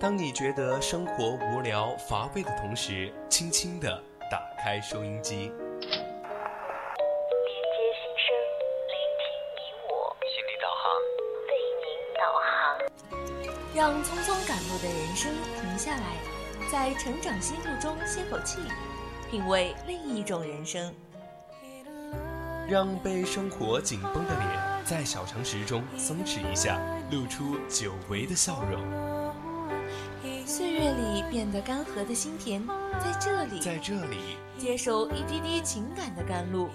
当你觉得生活无聊乏味的同时，轻轻地打开收音机， 连接心声，聆听你我， 心理导航， 为您导航，让匆匆赶路的人生停下来，在成长心路中歇口气，品味另一种人生。 让被生活紧绷的脸在小常识中松弛一下，露出久违的笑容。 岁月里变得干涸的心田，在这里接受一滴滴情感的甘露。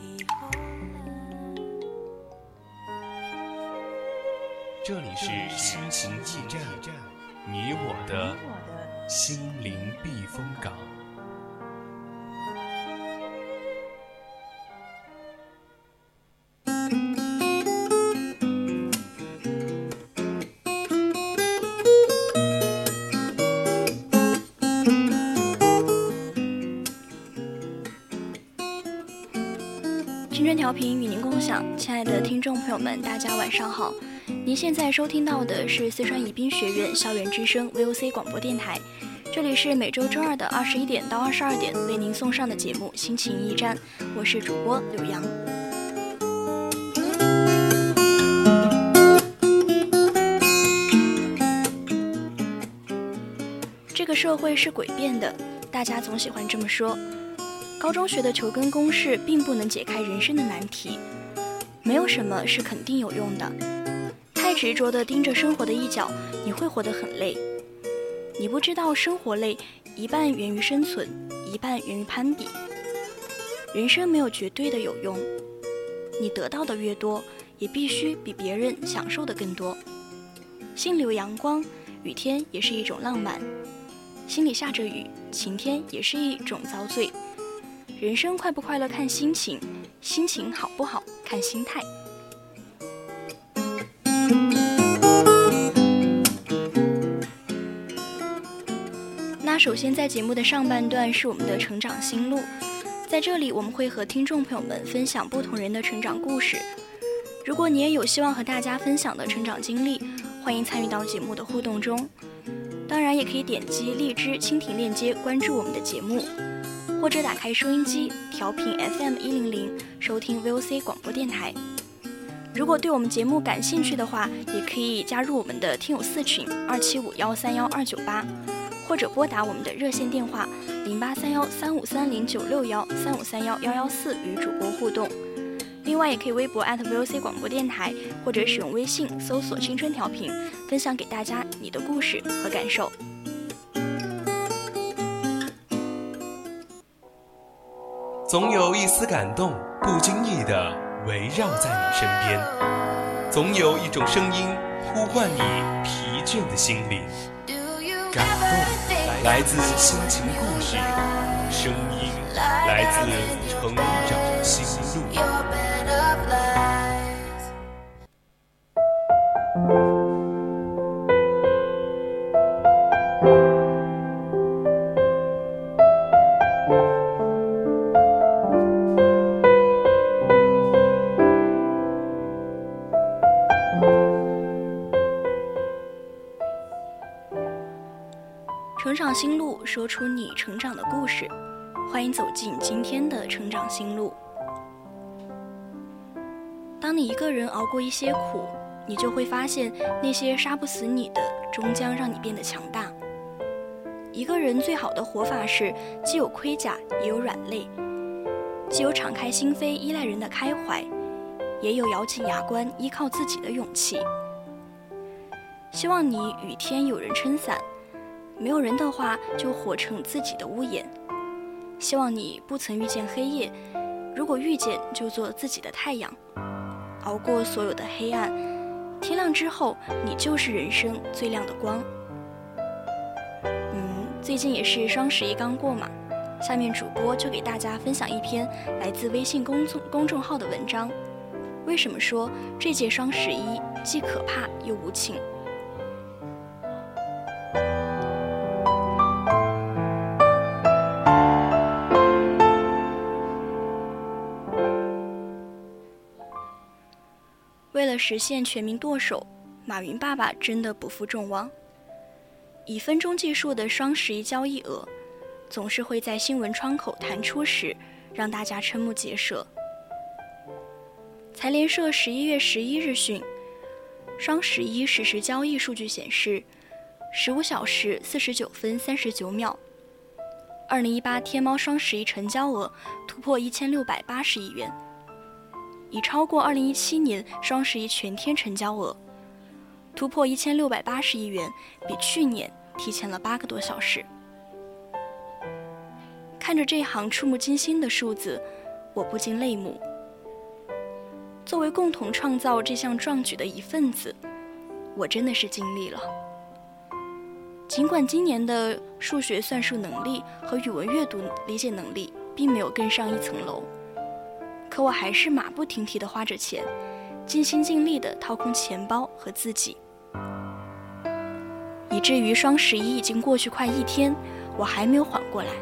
这里是心情驿站，你我的心灵避风港。 青春调频与您共享，亲爱的听众朋友们，大家晚上好。您现在收听到的是四川宜宾学院校园之声 VOC 广播电台，这里是每周周二的21点到22点为您送上的节目《心情驿站》，我是主播柳阳。这个社会是诡辩的，大家总喜欢这么说。高中学的求根公式并不能解开人生的难题，没有什么是肯定有用的。太执着地盯着生活的一角，你会活得很累。你不知道生活累一半源于生存，一半源于攀比。人生没有绝对的有用，你得到的越多，也必须比别人享受的更多。心里有阳光，雨天也是一种浪漫；心里下着雨，晴天也是一种遭罪。人生快不快乐看心情，心情好不好看心态。那首先在节目的上半段是我们的成长心路，在这里我们会和听众朋友们分享不同人的成长故事。如果你也有希望和大家分享的成长经历，欢迎参与到节目的互动中。当然也可以点击荔枝蜻蜓链接关注我们的节目，或者打开收音机调频 FM100 收听 VOC 广播电台。如果对我们节目感兴趣的话，也可以加入我们的听友4群275131298，或者拨打我们的热线电话083135309613531114与主播互动。另外也可以微博@VOC 广播电台，或者使用微信搜索青春调频，分享给大家你的故事和感受。 总有一丝感动不经意地围绕在你身边，总有一种声音呼唤你疲倦的心灵。感动来自心情故事，声音来自成长心路。 成长心路，说出你成长的故事。欢迎走进今天的成长心路。当你一个人熬过一些苦，你就会发现那些杀不死你的，终将让你变得强大。一个人最好的活法是既有盔甲也有软肋，既有敞开心扉依赖人的开怀，也有咬紧牙关依靠自己的勇气。希望你雨天有人撑伞，没有人的话就活成自己的屋檐。希望你不曾遇见黑夜，如果遇见就做自己的太阳，熬过所有的黑暗，天亮之后你就是人生最亮的光。最近也是双11刚过嘛，下面主播就给大家分享一篇来自微信公众号的文章。为什么说这届双11既可怕又无情？为了实现全民剁手，马云爸爸真的不负众望。 以分钟计数的双11交易额，总是会在新闻窗口弹出时，让大家瞠目结舌。财联社11月11日讯，双11实时交易数据显示，15小时49分39秒，2018天猫双11成交额突破1680亿元，已超过2017年双11全天成交额，突破1680亿元，比去年提前了8个多小时。看着这行触目惊心的数字，我不禁泪目。作为共同创造这项壮举的一份子，我真的是尽力了。尽管今年的数学算术能力和语文阅读理解能力并没有更上一层楼，可我还是马不停蹄地花着钱，尽心尽力地掏空钱包和自己，以至于双11已经过去快1天，我还没有缓过来。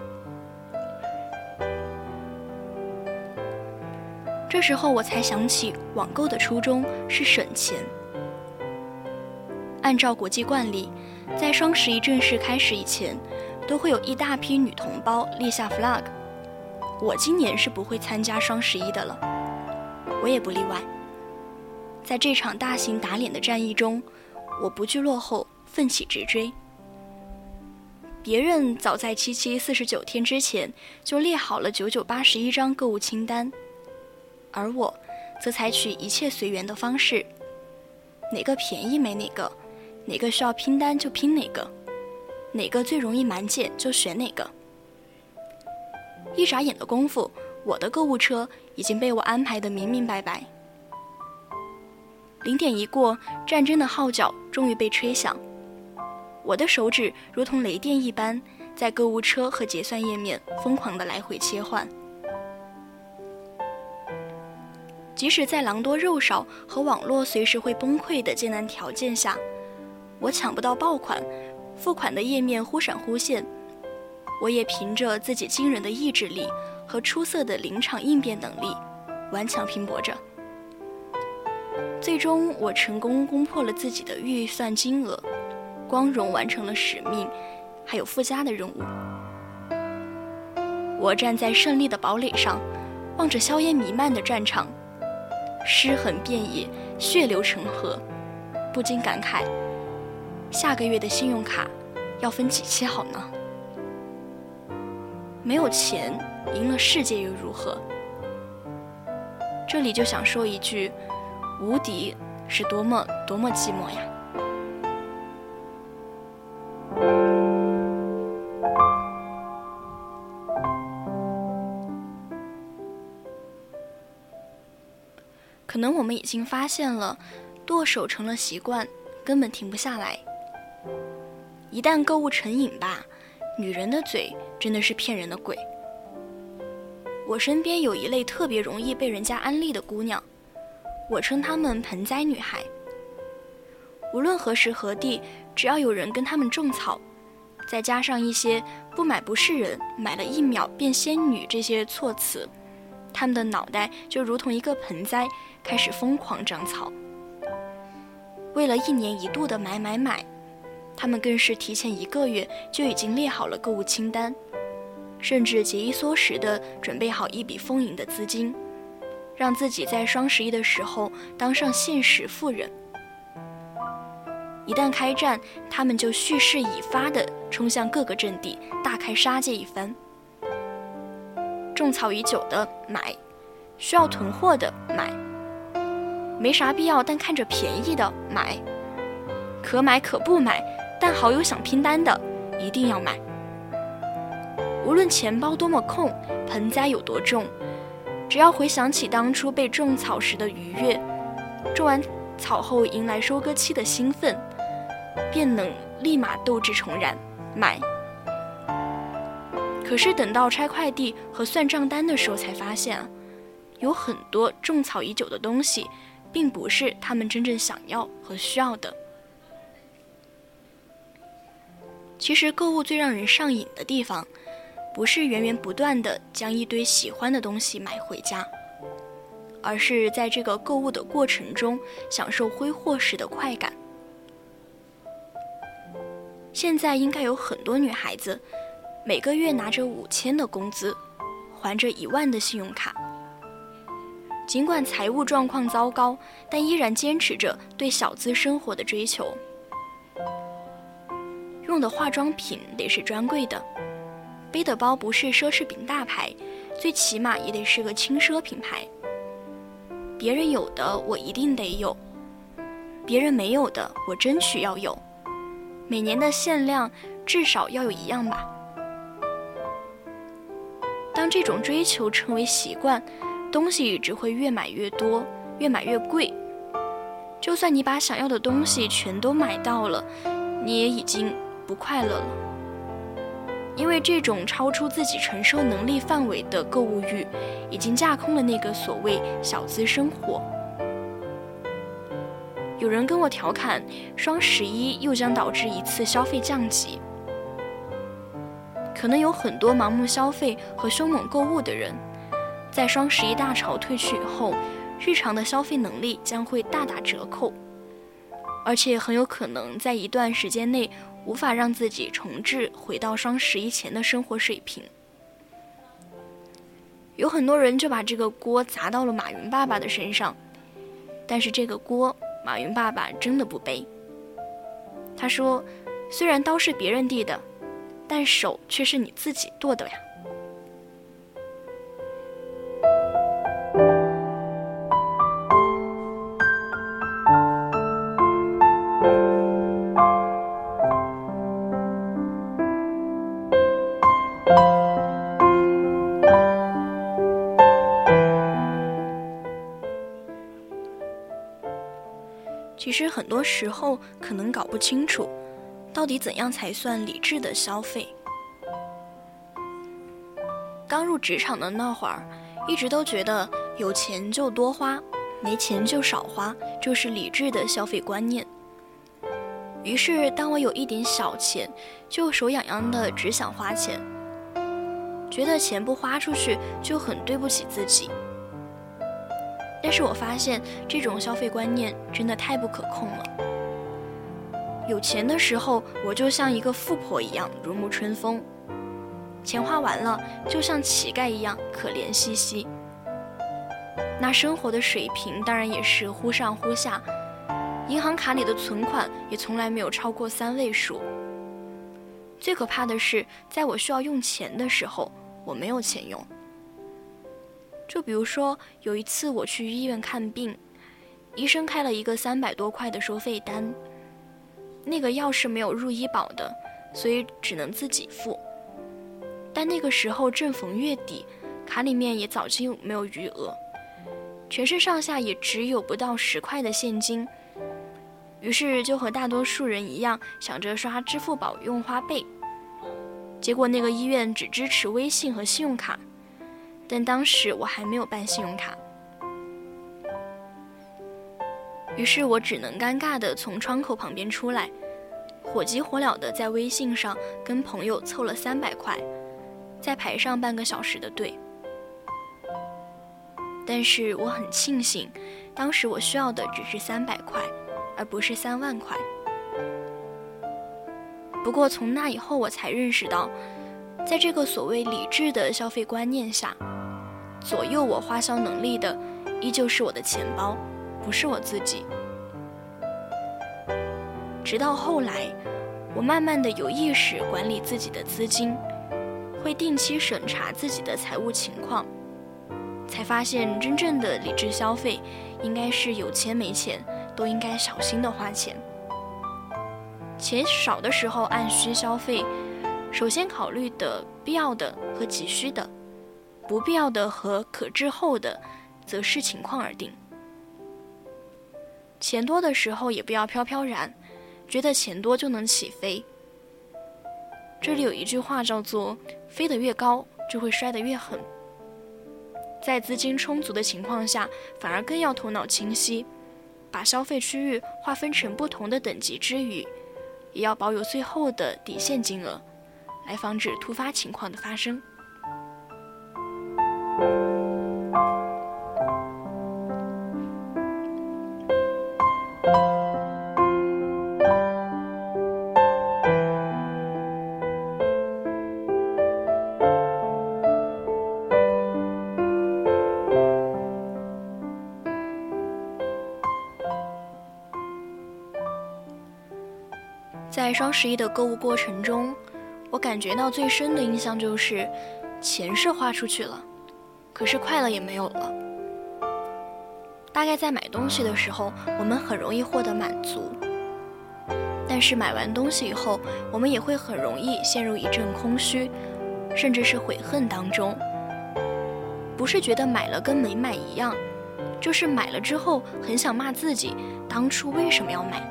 这时候我才想起，网购的初衷是省钱。按照国际惯例，在双11正式开始以前，都会有一大批女同胞立下 flag。我今年是不会参加双11的了，我也不例外。在这场大型打脸的战役中，我不惧落后，奋起直追。别人早在49天之前就列好了9981张购物清单，而我则采取一切随缘的方式，哪个便宜买哪个，哪个需要拼单就拼哪个，哪个最容易满减就选哪个。一眨眼的功夫，我的购物车已经被我安排得明明白白。0点一过，战争的号角终于被吹响，我的手指如同雷电一般，在购物车和结算页面疯狂地来回切换。即使在狼多肉少和网络随时会崩溃的艰难条件下，我抢不到爆款，付款的页面忽闪忽现，我也凭着自己惊人的意志力和出色的临场应变能力，顽强拼搏着。最终，我成功攻破了自己的预算金额，光荣完成了使命，还有附加的任务。我站在胜利的堡垒上，望着硝烟弥漫的战场，尸横遍野，血流成河，不禁感慨，下个月的信用卡要分几期好呢？没有钱，赢了世界又如何？这里就想说一句，无敌是多么多么寂寞呀。可能我们已经发现了，剁手成了习惯，根本停不下来。一旦购物成瘾吧，女人的嘴真的是骗人的鬼。我身边有一类特别容易被人家安利的姑娘，我称她们盆栽女孩。无论何时何地，只要有人跟她们种草，再加上一些不买不是人，买了1秒变仙女这些措辞，她们的脑袋就如同一个盆栽，开始疯狂长草。为了1年1度的买，他们更是提前1个月就已经列好了购物清单，甚至节衣缩食地准备好一笔丰盈的资金，让自己在双11的时候当上现实富人。一旦开战，他们就蓄势已发地冲向各个阵地，大开杀戒一番。种草已久的买，需要囤货的买，没啥必要但看着便宜的买，可买可不买但好友想拼单的一定要买。无论钱包多么空，盆栽有多重，只要回想起当初被种草时的愉悦，种完草后迎来收割期的兴奋，便能立马斗志重燃，买。可是等到拆快递和算账单的时候才发现，有很多种草已久的东西并不是他们真正想要和需要的。其实购物最让人上瘾的地方，不是源源不断地将一堆喜欢的东西买回家，而是在这个购物的过程中享受挥霍时的快感。现现在应该有很多女孩子每个月拿着5000的工资，还着1万的信用卡，尽管财务状况糟糕，但依然坚持着对小资生活的追求。用的化妆品得是专柜的，背的包不是奢侈品大牌，最起码也得是个轻奢品牌。别人有的我一定得有，别人没有的我争取要有，每年的限量至少要有1样吧。当这种追求成为习惯，东西只会越买越多，越买越贵。就算你把想要的东西全都买到了，你也已经不快乐了。因为这种超出自己承受能力范围的购物欲，已经架空了那个所谓小资生活。有人跟我调侃，双11又将导致一次消费降级。可能有很多盲目消费和凶猛购物的人，在双11大潮退去以后，日常的消费能力将会大打折扣，而且很有可能在一段时间内无法让自己重置回到双11前的生活水平。有很多人就把这个锅砸到了马云爸爸的身上，但是这个锅马云爸爸真的不背。他说，虽然刀是别人递的，但手却是你自己剁的呀。其实很多时候可能搞不清楚，到底怎样才算理智的消费。刚入职场的那会儿，一直都觉得有钱就多花，没钱就少花，就是理智的消费观念。于是当我有一点小钱，就手痒痒的只想花钱，觉得钱不花出去就很对不起自己。但是我发现这种消费观念真的太不可控了。有钱的时候，我就像一个富婆一样如沐春风，钱花完了，就像乞丐一样可怜兮兮。那生活的水平当然也是忽上忽下，银行卡里的存款也从来没有超过3位数。最可怕的是，在我需要用钱的时候，我没有钱用。就比如说，有一次我去医院看病，医生开了一个300多块的收费单，那个药是没有入医保的，所以只能自己付。但那个时候正逢月底，卡里面也早就没有余额，全身上下也只有不到10块的现金，于是就和大多数人一样，想着刷支付宝用花呗。结果那个医院只支持微信和信用卡，但当时我还没有办信用卡，于是我只能尴尬地从窗口旁边出来，火急火燎地在微信上跟朋友凑了300块，再排上半个小时的队。但是我很庆幸，当时我需要的只是300块，而不是3万块。不过从那以后，我才认识到，在这个所谓理智的消费观念下，左右我花销能力的依旧是我的钱包，不是我自己。直到后来，我慢慢的有意识管理自己的资金，会定期审查自己的财务情况，才发现真正的理智消费应该是有钱没钱都应该小心的花钱。钱少的时候按需消费，首先考虑的必要的和急需的，不必要的和可滞后的则视情况而定。钱多的时候也不要飘飘然，觉得钱多就能起飞。这里有一句话叫做飞得越高就会摔得越狠。在资金充足的情况下，反而更要头脑清晰，把消费区域划分成不同的等级之余，也要保有最后的底线金额，来防止突发情况的发生。 在双11的购物过程中，我感觉到最深的印象就是钱是花出去了，可是快乐也没有了。大概在买东西的时候，我们很容易获得满足，但是买完东西以后，我们也会很容易陷入一阵空虚，甚至是悔恨当中。不是觉得买了跟没买一样，就是买了之后很想骂自己当初为什么要买。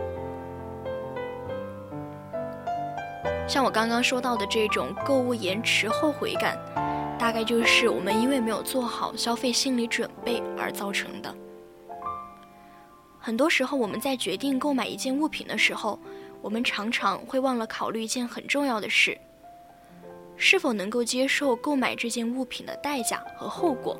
像我刚刚说到的这种购物延迟后悔感，大概就是我们因为没有做好消费心理准备而造成的。很多时候我们在决定购买一件物品的时候，我们常常会忘了考虑一件很重要的事，是否能够接受购买这件物品的代价和后果。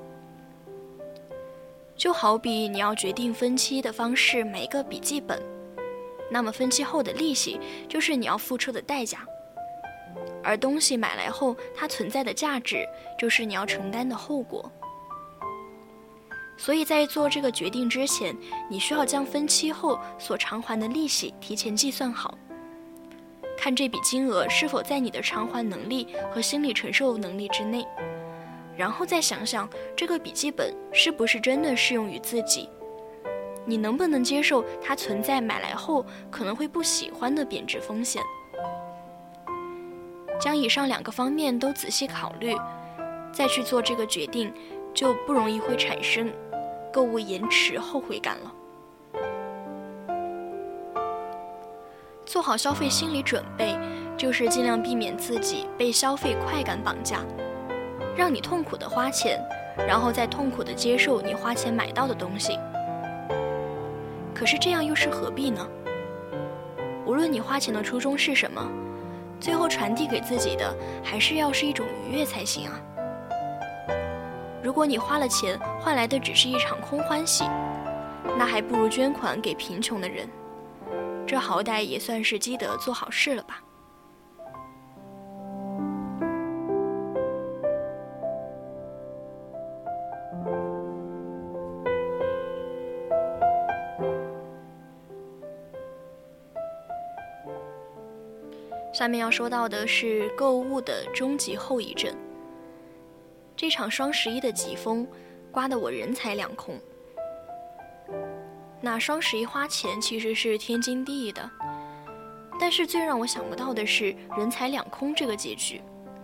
就好比你要决定分期的方式买一个笔记本，那么分期后的利息就是你要付出的代价，而东西买来后它存在的价值就是你要承担的后果。所以在做这个决定之前，你需要将分期后所偿还的利息提前计算好，看这笔金额是否在你的偿还能力和心理承受能力之内，然后再想想这个笔记本是不是真的适用于自己，你能不能接受它存在买来后可能会不喜欢的贬值风险。将以上2个方面都仔细考虑，再去做这个决定，就不容易会产生购物延迟后悔感了。做好消费心理准备，就是尽量避免自己被消费快感绑架，让你痛苦的花钱，然后再痛苦的接受你花钱买到的东西。可是这样又是何必呢？无论你花钱的初衷是什么，最后传递给自己的还是要是一种愉悦才行啊。如果你花了钱换来的只是一场空欢喜，那还不如捐款给贫穷的人，这好歹也算是积德做好事了吧。下面要说到的是购物的终极后遗症。这场双11的疾风刮得我人财两空。那双11花钱其实是天经地义的，但是最让我想不到的是人财两空这个结局。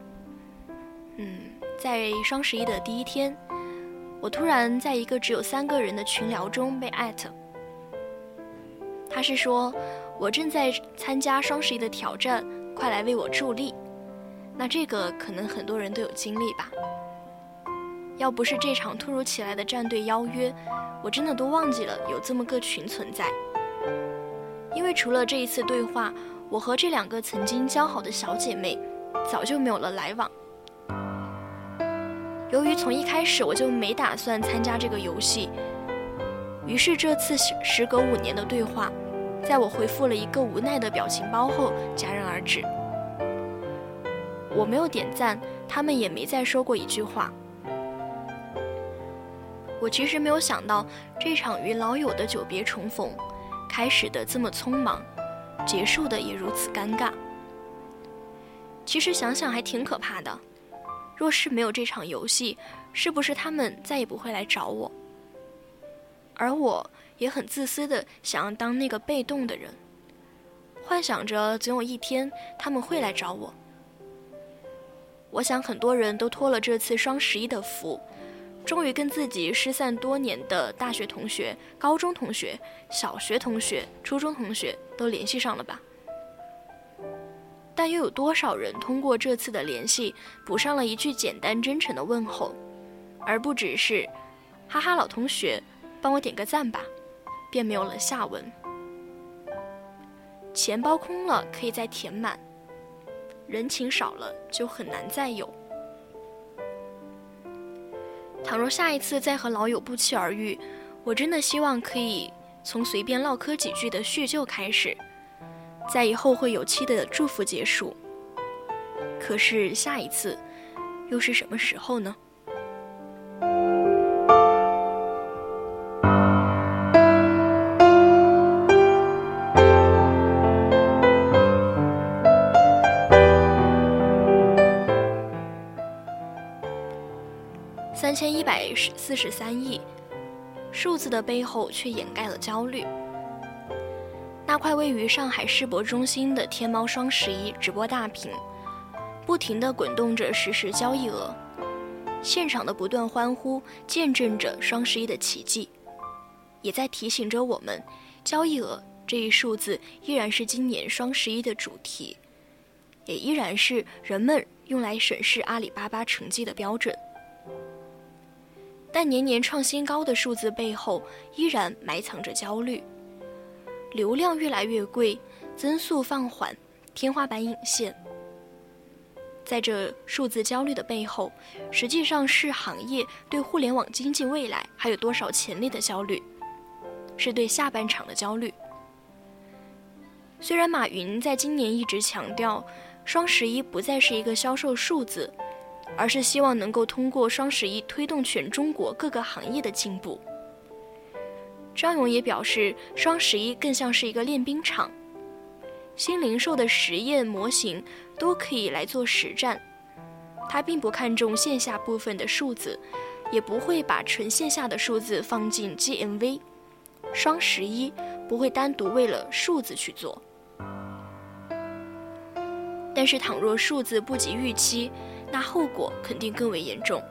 在双11的第一天，我突然在一个只有3个人的群聊中被艾特。他是说我正在参加双11的挑战，快来为我助力。那这个可能很多人都有经历吧。要不是这场突如其来的战队邀约，我真的都忘记了有这么个群存在。因为除了这一次对话，我和这2个曾经交好的小姐妹早就没有了来往。由于从一开始我就没打算参加这个游戏，于是这次时隔5年的对话，在我回复了一个无奈的表情包后戛然而止。我没有点赞，他们也没再说过一句话。我其实没有想到这场与老友的久别重逢，开始的这么匆忙，结束的也如此尴尬。其实想想还挺可怕的，若是没有这场游戏，是不是他们再也不会来找我？而我也很自私的想要当那个被动的人，幻想着总有一天他们会来找我。我想很多人都托了这次双11的福，终于跟自己失散多年的大学同学、高中同学、小学同学、初中同学都联系上了吧。但又有多少人通过这次的联系补上了一句简单真诚的问候，而不只是哈哈老同学帮我点个赞吧，便没有了下文。钱包空了可以再填满，人情少了就很难再有。倘若下一次再和老友不期而遇，我真的希望可以从随便唠嗑几句的叙旧开始，再以后会有期的祝福结束。可是下一次又是什么时候呢？ 3143亿，数字的背后却掩盖了焦虑。那块位于上海世博中心的天猫双11直播大屏，不停地滚动着实时交易额，现场的不断欢呼见证着双11的奇迹，也在提醒着我们，交易额这一数字依然是今年双11的主题，也依然是人们用来审视阿里巴巴成绩的标准。但年年创新高的数字背后依然埋藏着焦虑，流量越来越贵，增速放缓，天花板隐现。在这数字焦虑的背后，实际上是行业对互联网经济未来还有多少潜力的焦虑，是对下半场的焦虑。虽然马云在今年一直强调双11不再是一个销售数字，而是希望能够通过双11推动全中国各个行业的进步。张勇也表示，双11更像是一个练兵场，新零售的实验模型都可以来做实战。他并不看重线下部分的数字，也不会把纯线下的数字放进 GMV。双11不会单独为了数字去做。但是倘若数字不及预期，那后果肯定更为严重。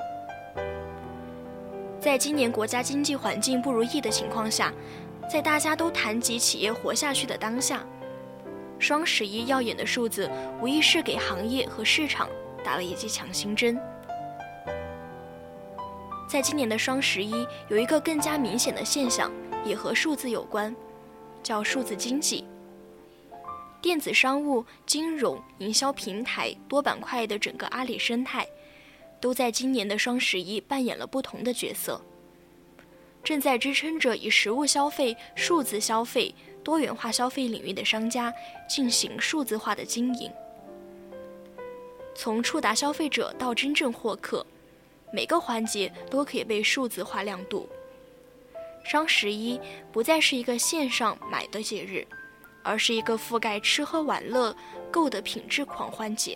在今年国家经济环境不如意的情况下，在大家都谈及企业活下去的当下，双11耀眼的数字无疑是给行业和市场打了一剂强心针。在今年的双11有一个更加明显的现象，也和数字有关，叫数字经济。电子商务、金融、营销平台多板块的整个阿里生态，都在今年的双11扮演了不同的角色，正在支撑着以实物消费、数字消费、多元化消费领域的商家进行数字化的经营。从触达消费者到真正获客，每个环节都可以被数字化亮度。双11不再是一个线上买的节日，而是一个覆盖吃喝玩乐购的品质狂欢节。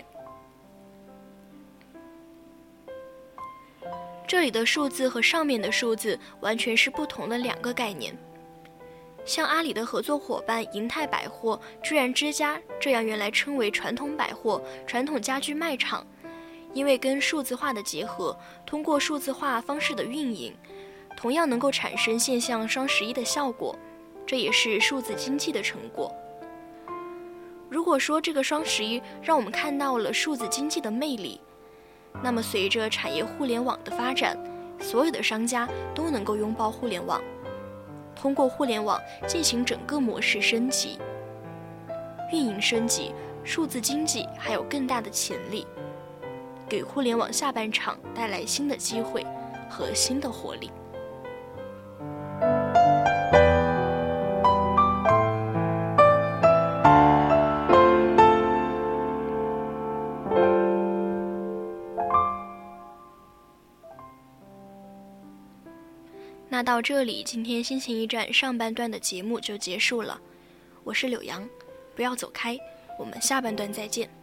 这里的数字和上面的数字完全是不同的两个概念。像阿里的合作伙伴银泰百货、居然之家这样原来称为传统百货、传统家居卖场，因为跟数字化的结合，通过数字化方式的运营，同样能够产生线上双11的效果，这也是数字经济的成果。如果说这个双11让我们看到了数字经济的魅力，那么随着产业互联网的发展，所有的商家都能够拥抱互联网，通过互联网进行整个模式升级、运营升级，数字经济还有更大的潜力，给互联网下半场带来新的机会和新的活力。那到这里，今天心情驿站上半段的节目就结束了。我是柳阳，不要走开，我们下半段再见。